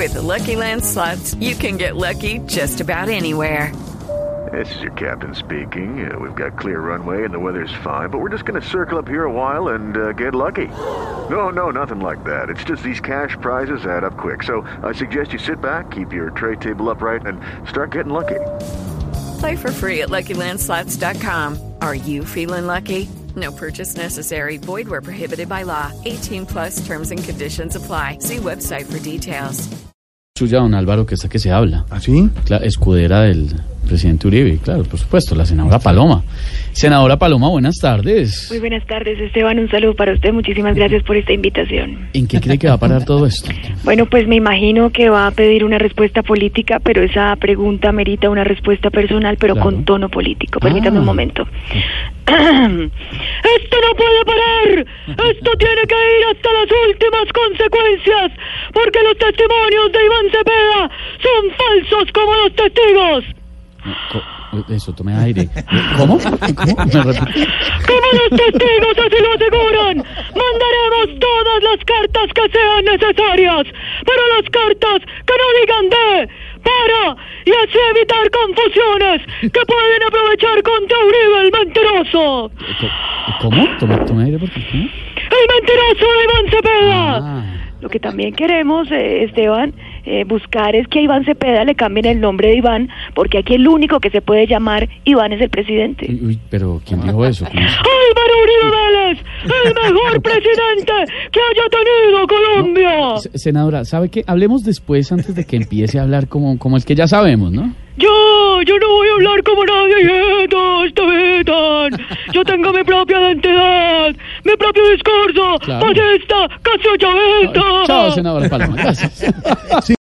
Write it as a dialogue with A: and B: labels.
A: With the Lucky Land Slots, you can get lucky just about anywhere.
B: This is your captain speaking. We've got clear runway and the weather's fine, but we're just going to circle up here a while and get lucky. No, nothing like that. It's just these cash prizes add up quick. So I suggest you sit back, keep your tray table upright, and start getting lucky.
A: Play for free at LuckyLandSlots.com. Are you feeling lucky? No purchase necessary. Void where prohibited by law. 18+ terms and conditions apply. See website for details.
C: Suya, don Álvaro, que se habla.
D: ¿Ah, sí?
C: Escudera del presidente Uribe, claro, por supuesto, la senadora Paloma. Senadora Paloma, buenas tardes.
E: Muy buenas tardes, Esteban, un saludo para usted, muchísimas gracias por esta invitación.
C: ¿En qué cree que va a parar todo esto?
E: Bueno, pues me imagino que va a pedir una respuesta política, pero esa pregunta merita una respuesta personal, pero
C: claro,
E: con tono político. Permítame un momento. ¡Esto no puede parar! ¡Esto tiene que ir hasta las últimas consecuencias! Porque los testimonios de Iván Cepeda son falsos como los testigos.
C: Eso, tome aire. ¿Cómo? ¿Me repite?
E: Como los testigos así lo aseguran, mandaremos todas las cartas que sean necesarias, pero las cartas que no digan de, para, y así evitar confusiones que pueden aprovechar contra Uribe, el mentiroso.
C: ¿Cómo? Tome aire, porque ¿cómo?
E: El mentiroso de Iván Cepeda. Lo que también queremos, Esteban, buscar es que a Iván Cepeda le cambien el nombre de Iván, porque aquí el único que se puede llamar Iván es el presidente.
C: Uy, pero ¿quién dijo eso?
E: ¡Álvaro Uribe Vélez! ¡El mejor presidente que haya tenido Colombia!
C: No, senadora, ¿sabe qué? Hablemos después, antes de que empiece a hablar como el que ya sabemos, ¿no?
E: Yo no voy a hablar como nadie, Esteban. Yo tengo mi propia identidad, mi propio discurso,
C: claro,
E: fascista, caso chavista.
C: Chao, senadora Paloma, gracias.